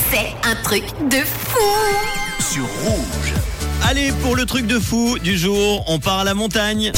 C'est un truc de fou. Sur Rouge. Allez, pour le truc de fou du jour, on part à la montagne.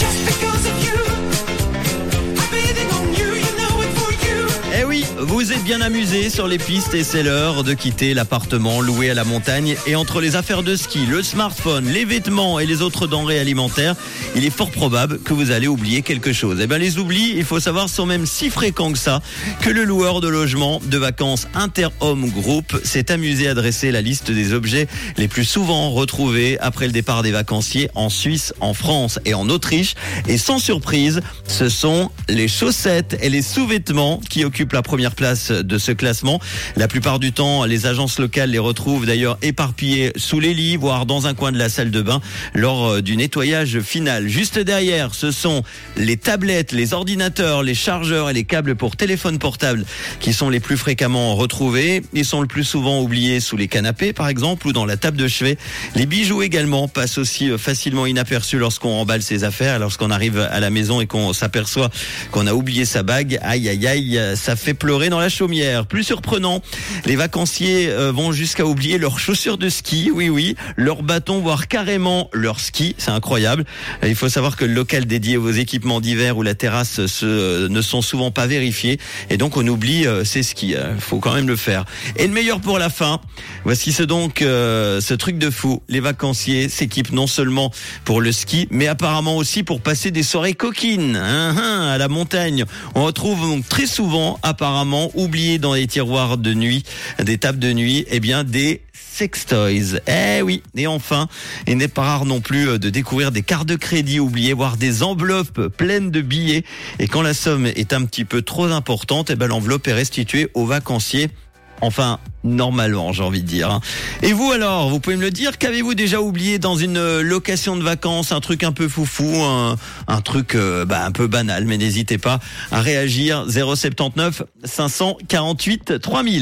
Eh oui, vous êtes bien amusés sur les pistes et c'est l'heure de quitter l'appartement loué à la montagne. Et entre les affaires de ski, le smartphone, les vêtements et les autres denrées alimentaires, il est fort probable que vous allez oublier quelque chose. Eh bien, les oublis, il faut savoir, sont même si fréquents que ça, que le loueur de logement de vacances Interhome Group s'est amusé à dresser la liste des objets les plus souvent retrouvés après le départ des vacanciers en Suisse, en France et en Autriche. Et sans surprise, ce sont les chaussettes et les sous-vêtements qui occupent la première place de ce classement. La plupart du temps, les agences locales les retrouvent d'ailleurs éparpillés sous les lits, voire dans un coin de la salle de bain lors du nettoyage final. Juste derrière, ce sont les tablettes, les ordinateurs, les chargeurs et les câbles pour téléphone portable qui sont les plus fréquemment retrouvés. Ils sont le plus souvent oubliés sous les canapés, par exemple, ou dans la table de chevet. Les bijoux également passent aussi facilement inaperçus lorsqu'on emballe ses affaires, lorsqu'on arrive à la maison et qu'on s'aperçoit qu'on a oublié sa bague. Aïe, aïe, aïe, ça fait pleurer dans la chaumière. Plus surprenant, les vacanciers vont jusqu'à oublier leurs chaussures de ski, oui, leurs bâtons, voire carrément leurs skis. C'est incroyable. Il faut savoir que le local dédié aux équipements d'hiver ou la terrasse ne sont souvent pas vérifiés et donc on oublie ses skis. Faut quand même le faire. Et le meilleur pour la fin, voici ce truc de fou. Les vacanciers s'équipent non seulement pour le ski, mais apparemment aussi pour passer des soirées coquines à la montagne. On retrouve donc très souvent, apparemment, oubliés dans les tiroirs de nuit, des tables de nuit, des sextoys. Eh oui. Et enfin, il n'est pas rare non plus de découvrir des cartes de crédit oubliées, voire des enveloppes pleines de billets. Et quand la somme est un petit peu trop importante, l'enveloppe est restituée aux vacanciers. Enfin, normalement, j'ai envie de dire. Et vous alors, vous pouvez me le dire, qu'avez-vous déjà oublié dans une location de vacances, un truc un peu foufou, un truc un peu banal, mais n'hésitez pas à réagir. 079 548 3000.